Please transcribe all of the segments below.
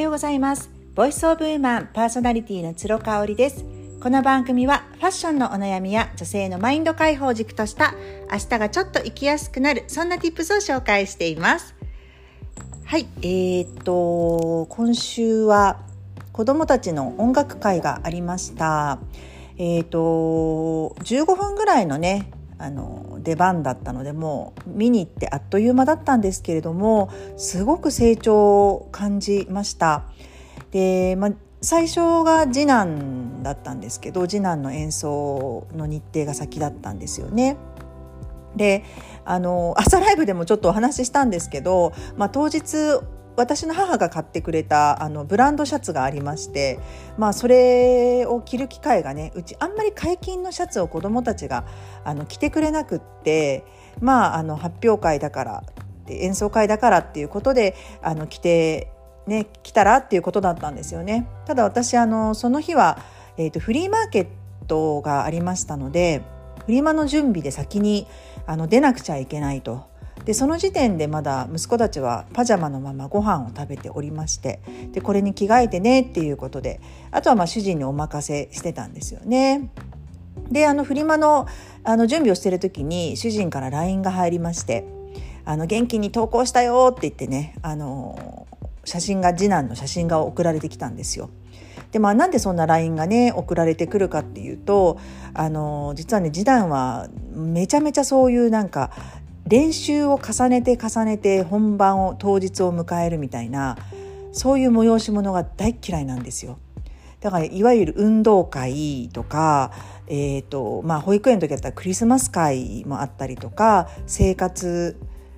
ようございます。ボイスオブウーマンパーソナリティのつろかおりです。この番組はファッションのお悩みや女性のマインド解放を軸とした明日がちょっと生きやすくなる、そんな tips を紹介しています。はい、今週は子どもたちの音楽会がありました。15分ぐらいのね出番だったので、もう見に行ってあっという間だったんですけれども、すごく成長を感じました。で、最初が次男だったんですけど、次男の演奏の日程が先だったんですよね。で、朝ライブでもちょっとお話ししたんですけど、当日私の母が買ってくれたブランドシャツがありまして、それを着る機会がね、うちあんまり解禁のシャツを子どもたちが着てくれなくって、発表会だから演奏会だからっていうことで着たらっていうことだったんですよね。ただ私その日は、フリーマーケットがありましたので、フリマの準備で先に出なくちゃいけないと。でその時点でまだ息子たちはパジャマのままご飯を食べておりまして、でこれに着替えてねっていうことで、あとは主人にお任せしてたんですよね。でフリマの準備をしている時に主人から LINE が入りまして、元気に投稿したよって言ってね、次男の写真が送られてきたんですよ。でなんでそんな LINE がね送られてくるかっていうと、実はね、次男はめちゃめちゃそういう練習を重ねて本番を当日を迎えるみたいな、そういう催し物が大嫌いなんですよ。だからいわゆる運動会とか、保育園の時だったらクリスマス会もあったりとか、生活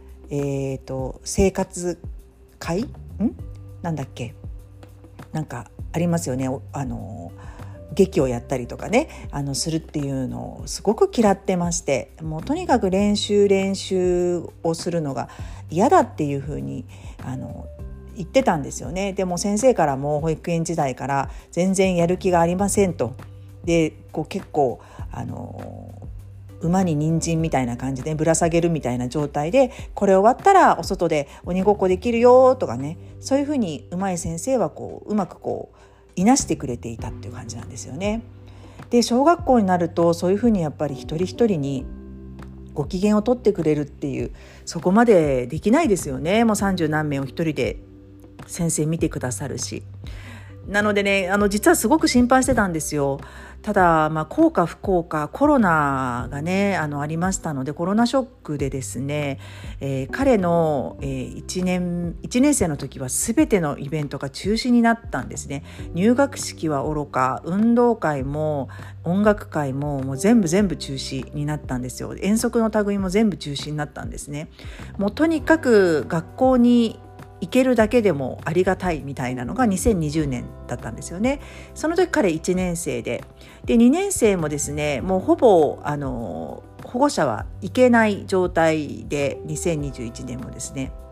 会なんだっけ、ありますよね。劇をやったりとかねするっていうのをすごく嫌ってまして、もうとにかく練習をするのが嫌だっていうふうに言ってたんですよね。でも先生からも保育園時代から全然やる気がありませんと。で結構馬に人参みたいな感じでぶら下げるみたいな状態で、これ終わったらお外で鬼ごっこできるよとかね、そういうふうにうまい先生はうまくいなしてくれていたっていう感じなんですよね。で小学校になるとそういうふうにやっぱり一人一人にご機嫌を取ってくれるっていう、そこまでできないですよね。もう30何名を一人で先生見てくださるし。なのでね、実はすごく心配してたんですよ。ただ、幸か不幸かコロナがねありましたので、コロナショックでですね、彼の、1年生の時は全てのイベントが中止になったんですね。入学式はおろか、運動会も音楽会も全部中止になったんですよ。遠足の類も全部中止になったんですね。もうとにかく学校に行けるだけでもありがたいみたいなのが2020年だったんですよね。その時彼1年生で2年生もですね、もうほぼ保護者は行けない状態で2021年もですね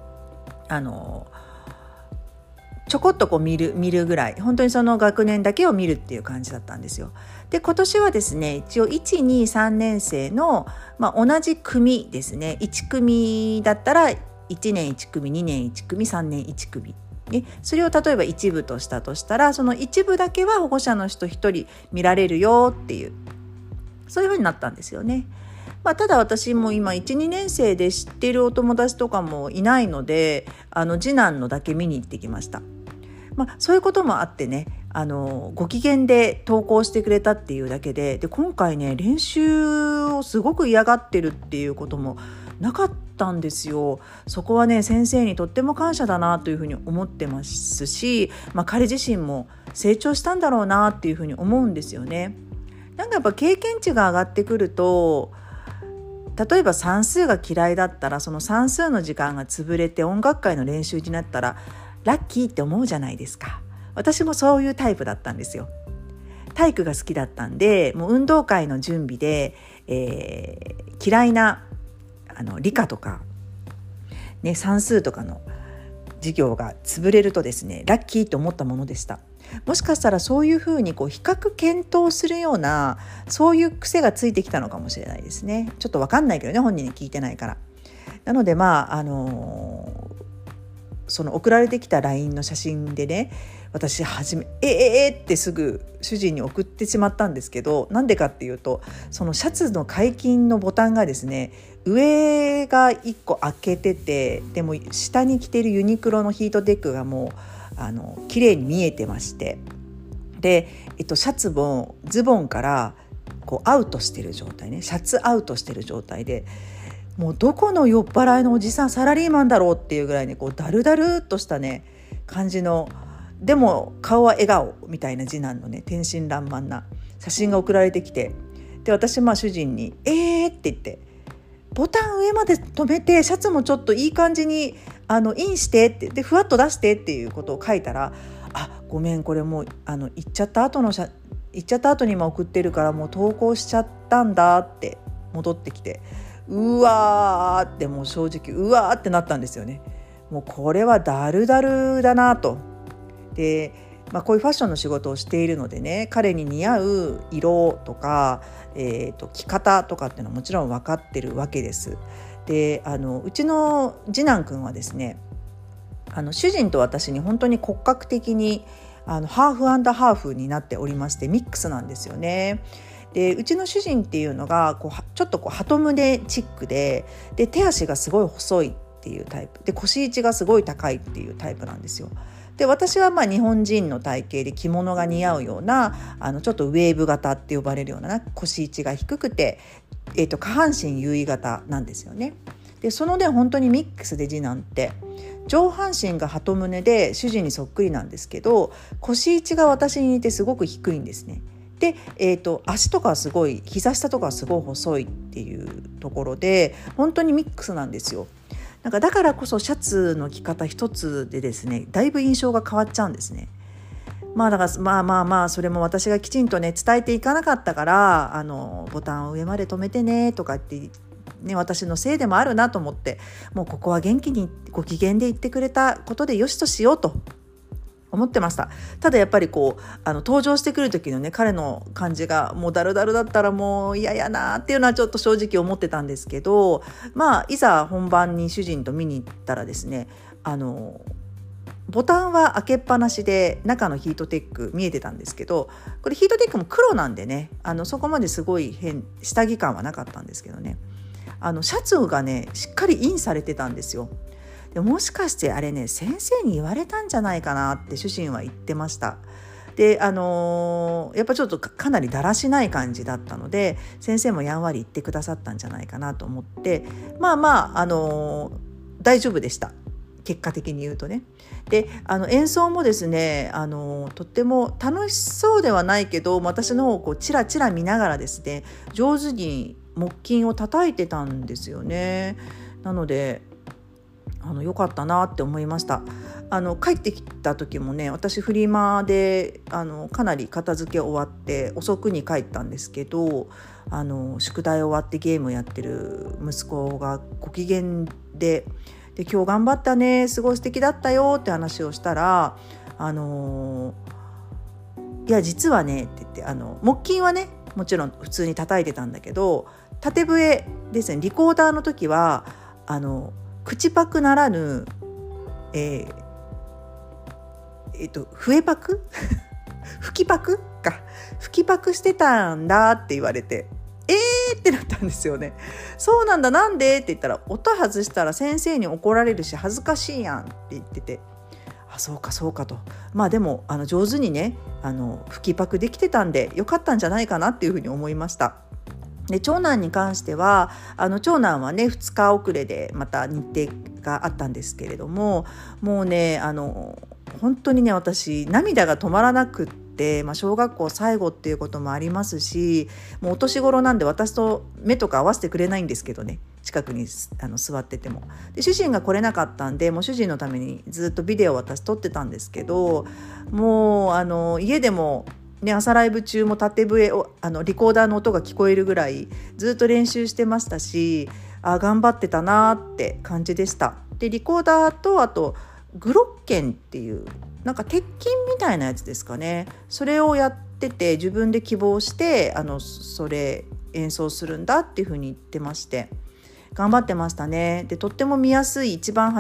ちょこっと見るぐらい、本当にその学年だけを見るっていう感じだったんですよ。で今年はですね、一応 1,2,3 年生の、同じ組ですね。1組だったら1年1組、2年1組、3年1組、それを例えば一部としたら、その一部だけは保護者の人1人見られるよっていう、そういう風になったんですよね。ただ私も今 1,2 年生で知っているお友達とかもいないので、次男のだけ見に行ってきました。そういうこともあってね、ご機嫌で登校してくれたっていうだけで、今回ね練習をすごく嫌がってるっていうこともなかったんですよ。そこはね先生にとっても感謝だなというふうに思ってますし、彼自身も成長したんだろうなっていうふうに思うんですよね。やっぱ経験値が上がってくると、例えば算数が嫌いだったら、その算数の時間が潰れて音楽会の練習になったらラッキーって思うじゃないですか。私もそういうタイプだったんですよ。体育が好きだったんで、もう運動会の準備で、嫌いな理科とか、算数とかの授業が潰れるとですね、ラッキーと思ったものでした。もしかしたらそういうふうに比較検討するような、そういう癖がついてきたのかもしれないですね。ちょっと分かんないけどね、本人に聞いてないから。なのでその送られてきた LINE の写真でね、私ってすぐ主人に送ってしまったんですけど、なんでかっていうと、そのシャツの解禁のボタンがですね、上が1個開けてて、でも下に着てるユニクロのヒートテックがもう綺麗に見えてまして、で、シャツもズボンからこうアウトしてる状態ね、シャツアウトしてる状態で、もうどこの酔っ払いのおじさんサラリーマンだろうっていうぐらいね、こうダルダルっとしたね感じの、でも顔は笑顔みたいな次男のね、天真爛漫な写真が送られてきて、で私主人にって言って、ボタン上まで止めて、シャツもちょっといい感じにインしてって、でふわっと出してっていうことを書いたら、ごめん、これもう行っちゃった後に今送ってるから、もう投稿しちゃったんだって戻ってきて、うわーって、もう正直うわーってなったんですよね。もうこれはダルダルだなと。で、こういうファッションの仕事をしているのでね、彼に似合う色とか、着方とかっていうのはもちろん分かってるわけです。で、うちの次男くんはですね、主人と私に本当に骨格的にハーフ&ハーフになっておりまして、ミックスなんですよね。で、うちの主人っていうのがちょっと鳩胸チックで、手足がすごい細いっていうタイプで、腰位置がすごい高いっていうタイプなんですよ。で、私は日本人の体型で着物が似合うようなちょっとウェーブ型って呼ばれるような、腰位置が低くて、下半身優位型なんですよね。で、そのね、本当にミックスで、次男って上半身が鳩胸で主人にそっくりなんですけど、腰位置が私に似てすごく低いんですね。で、足とかはすごい、膝下とかはすごい細いっていうところで、本当にミックスなんですよ。だからこそシャツの着方一つでですね、だいぶ印象が変わっちゃうんですね。だからそれも私がきちんとね伝えていかなかったから、ボタンを上まで止めてねとかってね、私のせいでもあるなと思って、もうここは元気にご機嫌で言ってくれたことでよしとしようと思ってました。ただやっぱり登場してくる時のね、彼の感じがもうダルダルだったらもう嫌やなっていうのはちょっと正直思ってたんですけど、いざ本番に主人と見に行ったらですね、ボタンは開けっぱなしで、中のヒートテック見えてたんですけど、これヒートテックも黒なんでね、そこまですごい下着感はなかったんですけどね、シャツがねしっかりインされてたんですよ。でもしかしてあれね、先生に言われたんじゃないかなって主人は言ってました。で、やっぱちょっとかなりだらしない感じだったので、先生もやんわり言ってくださったんじゃないかなと思って、大丈夫でした、結果的に言うとね。で、演奏もですね、とっても楽しそうではないけど、私の方をチラチラ見ながらですね、上手に木琴を叩いてたんですよね。なので良かったなって思いました。帰ってきた時もね、私フリマでかなり片付け終わって遅くに帰ったんですけど、宿題終わってゲームやってる息子がご機嫌で、今日頑張ったね、すごい素敵だったよって話をしたら、いや実はねって言って、木琴はねもちろん普通に叩いてたんだけど、縦笛ですね、リコーダーの時は口パクならぬ、笛パク吹きパクか、吹きパクしてたんだって言われて、ってなったんですよね。そうなんだ、なんでって言ったら、音外したら先生に怒られるし恥ずかしいやんって言ってて、そうかそうかと。でも上手にね吹きパクできてたんでよかったんじゃないかなっていうふうに思いました。で、長男に関しては長男はね2日遅れでまた日程があったんですけれども、もうね本当にね、私涙が止まらなくって、小学校最後っていうこともありますし、もうお年頃なんで私と目とか合わせてくれないんですけどね、近くに座ってても。で、主人が来れなかったんで、もう主人のためにずっとビデオを私撮ってたんですけど、もう家でもね、朝ライブ中も縦笛をリコーダーの音が聞こえるぐらいずっと練習してましたし、頑張ってたなって感じでした。で、リコーダーとあとグロッケンっていうなんか鉄琴みたいなやつですかね、それをやってて、自分で希望してそれ演奏するんだっていう風に言ってまして、頑張ってましたね。で、とっても見やすい一番端っこ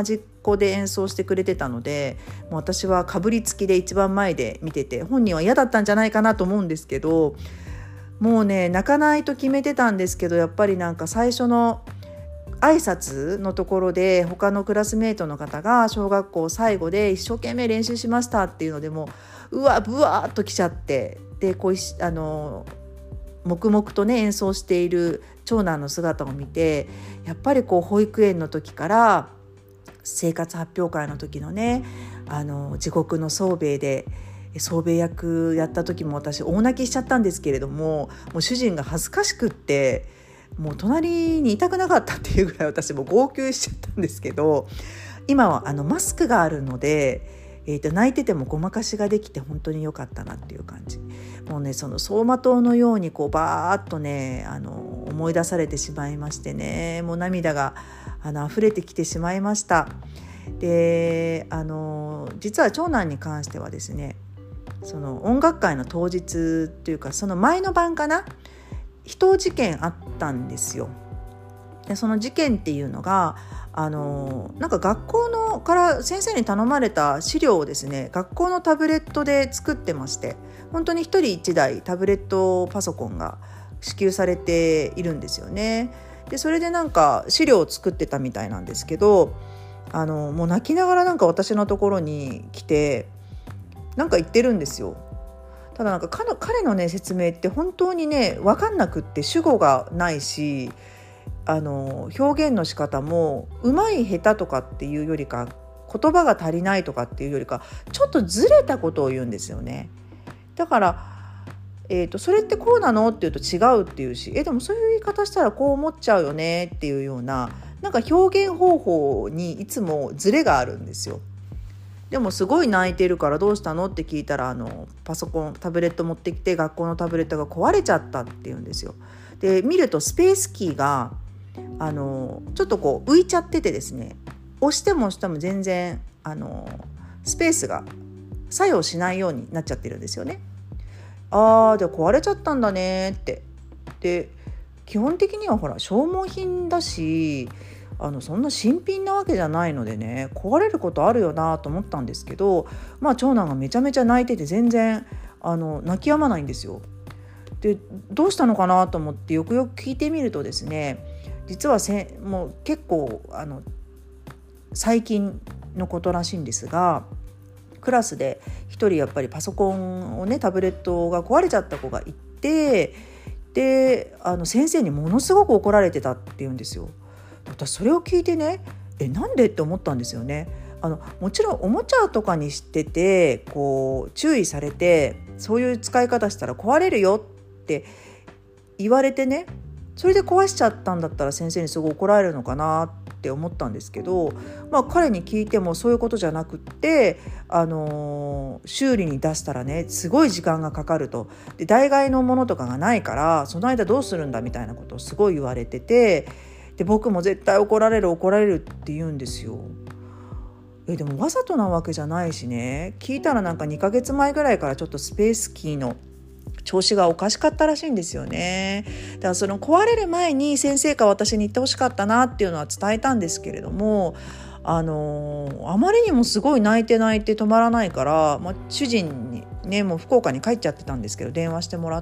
横で演奏してくれてたので、もう私はかぶりつきで一番前で見てて、本人は嫌だったんじゃないかなと思うんですけど、もうね泣かないと決めてたんですけど、やっぱりなんか最初の挨拶のところで他のクラスメートの方が小学校最後で一生懸命練習しましたっていうので、もうわぶわーっと来ちゃって、でこう黙々とね演奏している長男の姿を見て、やっぱりこう保育園の時から生活発表会の時のね地獄の宗兵衛で宗兵衛役やった時も私大泣きしちゃったんですけれども、もう主人が恥ずかしくってもう隣にいたくなかったっていうぐらい私も号泣しちゃったんですけど、今はマスクがあるので、泣いててもごまかしができて本当に良かったなっていう感じ。もうねその走馬灯のようにこうバーッとね思い出されてしまいましてね、もう涙が溢れてきてしまいました。で実は長男に関してはですね、その音楽会の当日っていうかその前の晩かな、人事件あったんですよ。でその事件っていうのがなんか学校のから先生に頼まれた資料をですね、学校のタブレットで作ってまして、本当に一人一台タブレットパソコンが支給されているんですよね。でそれでなんか資料を作ってたみたいなんですけど、もう泣きながらなんか私のところに来てなんか言ってるんですよ。ただなんか彼のね説明って本当にね分かんなくって、主語がないし表現の仕方もうまい下手とかっていうよりか、言葉が足りないとかっていうよりか、ちょっとずれたことを言うんですよね。だから、それってこうなのって言うと違うっていうし、でもそういう言い方したらこう思っちゃうよねっていうような、なんか表現方法にいつもずれがあるんですよ。でもすごい泣いてるからどうしたのって聞いたらパソコンタブレット持ってきて学校のタブレットが壊れちゃったって言うんですよ。で見るとスペースキーがちょっとこう浮いちゃっててですね、押しても押しても全然スペースが作用しないようになっちゃってるんですよね。で壊れちゃったんだねって。で基本的にはほら消耗品だしそんな新品なわけじゃないのでね、壊れることあるよなと思ったんですけど、長男がめちゃめちゃ泣いてて全然泣き止まないんですよ。でどうしたのかなと思ってよくよく聞いてみるとですね、実はもう結構最近のことらしいんですが、クラスで一人やっぱりパソコンをねタブレットが壊れちゃった子がいて、で先生にものすごく怒られてたって言うんですよ。私それを聞いてね、なんでって思ったんですよね。もちろんおもちゃとかにしててこう注意されて、そういう使い方したら壊れるよって言われてね、それで壊しちゃったんだったら先生にすごい怒られるのかなって思ったんですけど、彼に聞いてもそういうことじゃなくって、修理に出したらねすごい時間がかかると。で代替のものとかがないからその間どうするんだみたいなことをすごい言われてて、で僕も絶対怒られるって言うんですよ。でもわざとなわけじゃないしね、聞いたらなんか2ヶ月前ぐらいからちょっとスペースキーの調子がおかしかったらしいんですよね。だからその壊れる前に先生か私に言ってほしかったなっていうのは伝えたんですけれども、あまりにもすごい泣いて止まらないから、主人にねもう福岡に帰っちゃってたんですけど電話してもらって、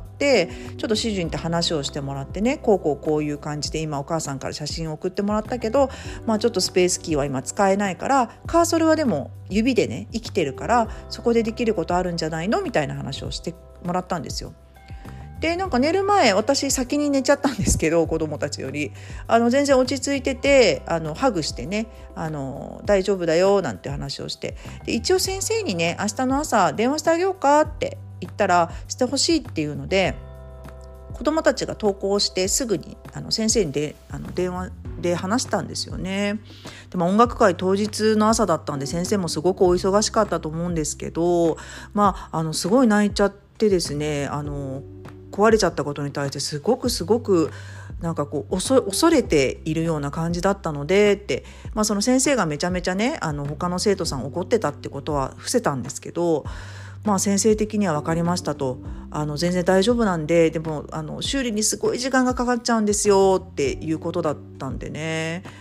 ちょっと主人って話をしてもらってね、こういう感じで今お母さんから写真を送ってもらったけど、ちょっとスペースキーは今使えないからカーソルはでも指でね生きてるからそこでできることあるんじゃないのみたいな話をしてもらったんですよ。でなんか寝る前私先に寝ちゃったんですけど、子供たちより全然落ち着いててハグしてね大丈夫だよなんて話をして、で一応先生にね明日の朝電話してあげようかって言ったらしてほしいっていうので、子供たちが登校してすぐに先生に電話で話したんですよね。でも音楽会当日の朝だったんで先生もすごくお忙しかったと思うんですけど、すごい泣いちゃってですね、壊れちゃったことに対してすごくなんかこう恐れているような感じだったのでって、その先生がめちゃめちゃね他の生徒さん怒ってたってことは伏せたんですけど、先生的には分かりましたと、全然大丈夫なんで、でも修理にすごい時間がかかっちゃうんですよっていうことだったんでね、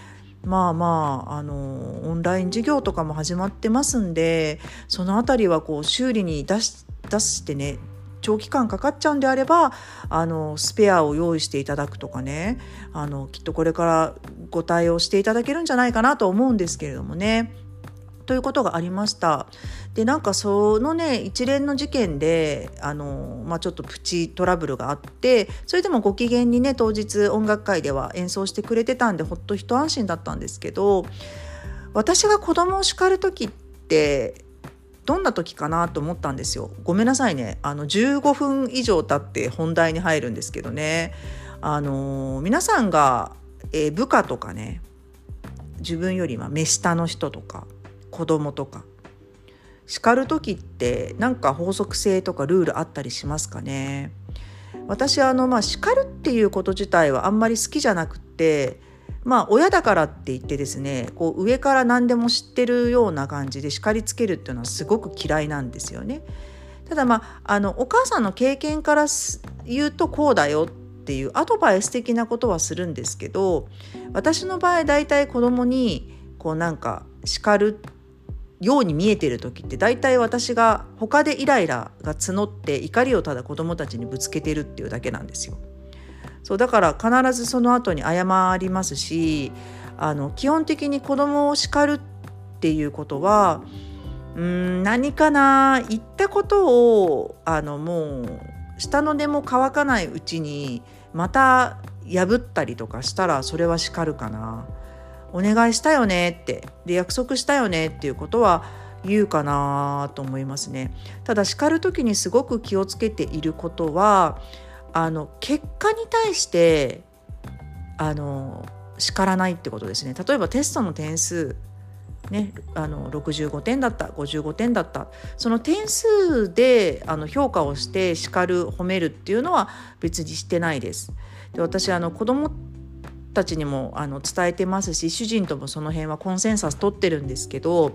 オンライン授業とかも始まってますんで、そのあたりは修理に出してね、長期間かかっちゃうんであればスペアを用意していただくとかね、きっとこれからご対応していただけるんじゃないかなと思うんですけれどもね、ということがありました。でそのね一連の事件でちょっとプチトラブルがあって、それでもご機嫌にね当日音楽会では演奏してくれてたんでほっと一安心だったんですけど、私が子供を叱る時ってどんな時かなと思ったんですよ。ごめんなさいね、15分以上経って本題に入るんですけどね、皆さんが、部下とかね、自分より目下の人とか子供とか叱る時ってなんか法則性とかルールあったりしますかね。私叱るっていうこと自体はあんまり好きじゃなくって、親だからって言ってですね、上から何でも知ってるような感じで叱りつけるっていうのはすごく嫌いなんですよね。ただお母さんの経験から言うとこうだよっていうアドバイス的なことはするんですけど、私の場合だいたい子供に叱るように見えてる時ってだいたい私が他でイライラが募って怒りをただ子供たちにぶつけてるっていうだけなんですよ。そうだから必ずその後に謝りますし、基本的に子供を叱るっていうことは何かな、言ったことをもう下の根も乾かないうちにまた破ったりとかしたらそれは叱るかな。お願いしたよねってで約束したよねっていうことは言うかなと思いますね。ただ叱る時にすごく気をつけていることは結果に対して叱らないってことですね。例えばテストの点数ね、65点だった55点だった、その点数で評価をして叱る褒めるっていうのは別にしてないです。で私子供たちにも伝えてますし、主人ともその辺はコンセンサス取ってるんですけど、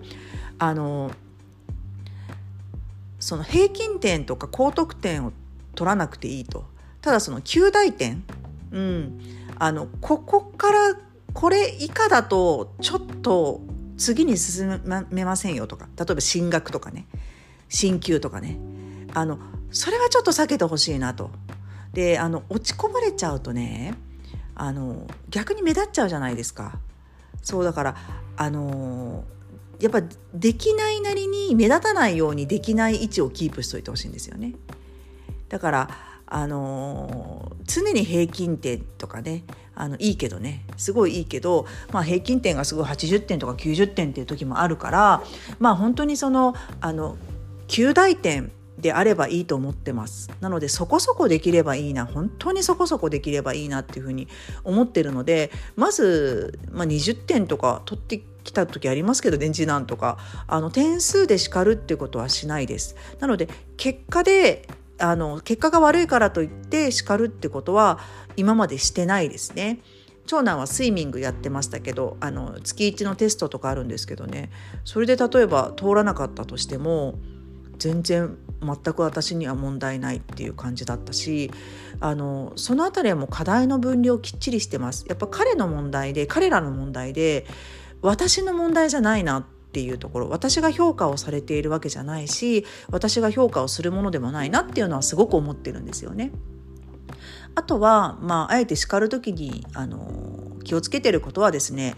その平均点とか高得点を取らなくていいと。ただその及第点、ここからこれ以下だとちょっと次に進めませんよとか、例えば進学とかね、進級とかね、それはちょっと避けてほしいなと。で落ちこぼれちゃうとね逆に目立っちゃうじゃないですか。そうだからやっぱできないなりに目立たないようにできない位置をキープしといてほしいんですよね。だから常に平均点とかねいいけどね、すごいいいけど、平均点がすごい80点とか90点っていう時もあるから、本当にその及第点であればいいと思ってます。なのでそこそこできればいいな、本当にそこそこできればいいなっていうふうに思ってるので、まず、20点とか取ってきた時ありますけどね、次男とか点数で叱るっていうことはしないです。なので結果が悪いからといって叱るってことは今までしてないですね。長男はスイミングやってましたけど月1のテストとかあるんですけどね、それで例えば通らなかったとしても全く私には問題ないっていう感じだったし、そのあたりはもう課題の分量きっちりしてます。やっぱ彼らの問題で私の問題じゃないなっていうところ、私が評価をされているわけじゃないし、私が評価をするものでもないなっていうのはすごく思ってるんですよね。あとはあえて叱る時に気をつけてることはですね、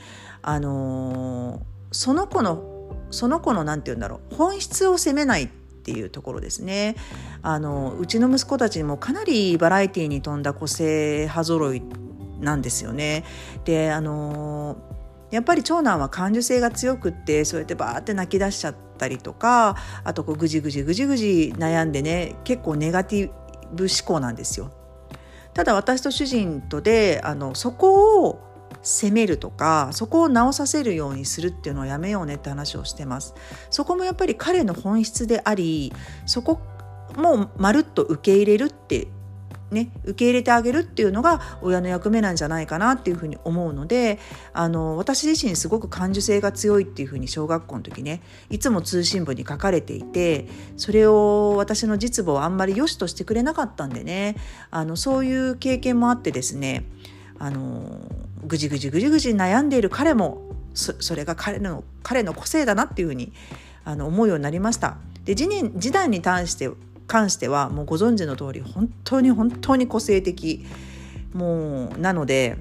その子のなんていうんだろう、本質を責めないっていうところですね。うちの息子たちもかなりバラエティに富んだ個性派揃いなんですよね。でやっぱり長男は感受性が強くって、そうやってバーって泣き出しちゃったりとか、あとぐじぐじ悩んでね、結構ネガティブ思考なんですよ。ただ私と主人とでそこを責めるとか、そこを直させるようにするっていうのをやめようねって話をしてます。そこもやっぱり彼の本質であり、そこもまるっと受け入れるってね、受け入れてあげるっていうのが親の役目なんじゃないかなっていうふうに思うので、私自身すごく感受性が強いっていうふうに小学校の時ね、いつも通信簿に書かれていて、それを私の実母はあんまり良しとしてくれなかったんでね、そういう経験もあってですね、 ぐじぐじ悩んでいる彼もそれが彼の個性だなっていうふうに思うようになりました。で次男に関してはもうご存知の通り本当に個性的もうなので、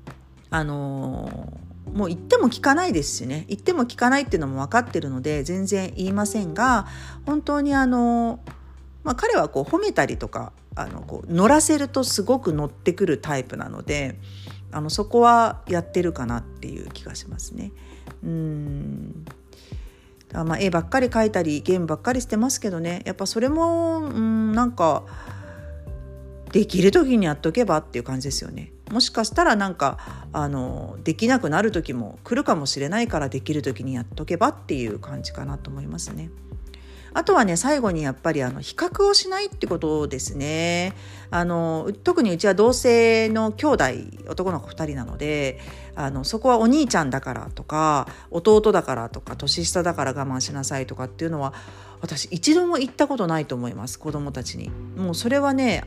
もう言っても聞かないですしね、言っても聞かないっていうのも分かってるので全然言いませんが、本当に彼はこう褒めたりとかこう乗らせるとすごく乗ってくるタイプなので、そこはやってるかなっていう気がしますね。絵ばっかり描いたりゲームばっかりしてますけどね、やっぱそれもなんかできる時にやっとけばっていう感じですよね。もしかしたらできなくなる時も来るかもしれないから、できる時にやっとけばっていう感じかなと思いますね。あとはね、最後にやっぱり比較をしないってことですね。特にうちは同性の兄弟、男の子2人なので、そこはお兄ちゃんだからとか弟だからとか年下だから我慢しなさいとかっていうのは私一度も言ったことないと思います、子供たちに。もうそれはね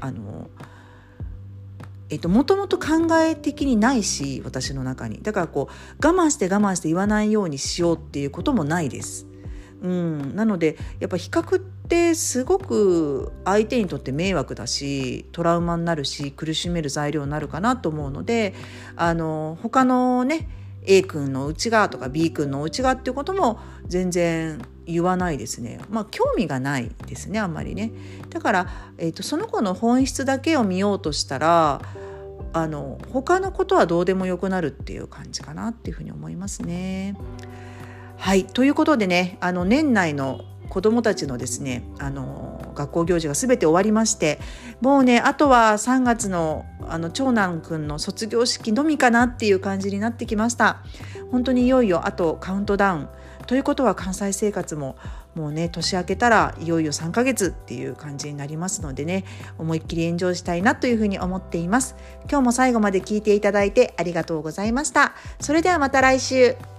もともと考え的にないし、私の中にだから我慢して言わないようにしようっていうこともないです。なのでやっぱ比較ってすごく相手にとって迷惑だし、トラウマになるし、苦しめる材料になるかなと思うので、他のね A 君のうちがとか B 君のうちがっていうことも全然言わないですね。興味がないですね、あんまりね。だから、その子の本質だけを見ようとしたら他のことはどうでもよくなるっていう感じかなっていうふうに思いますね。はい、ということでね、年内の子どもたちのですね学校行事がすべて終わりまして、もうねあとは3月の長男くんの卒業式のみかなっていう感じになってきました。本当にいよいよあとカウントダウンということは、関西生活ももうね年明けたらいよいよ3ヶ月っていう感じになりますのでね、思いっきりエンジョイしたいなというふうに思っています。今日も最後まで聞いていただいてありがとうございました。それではまた来週。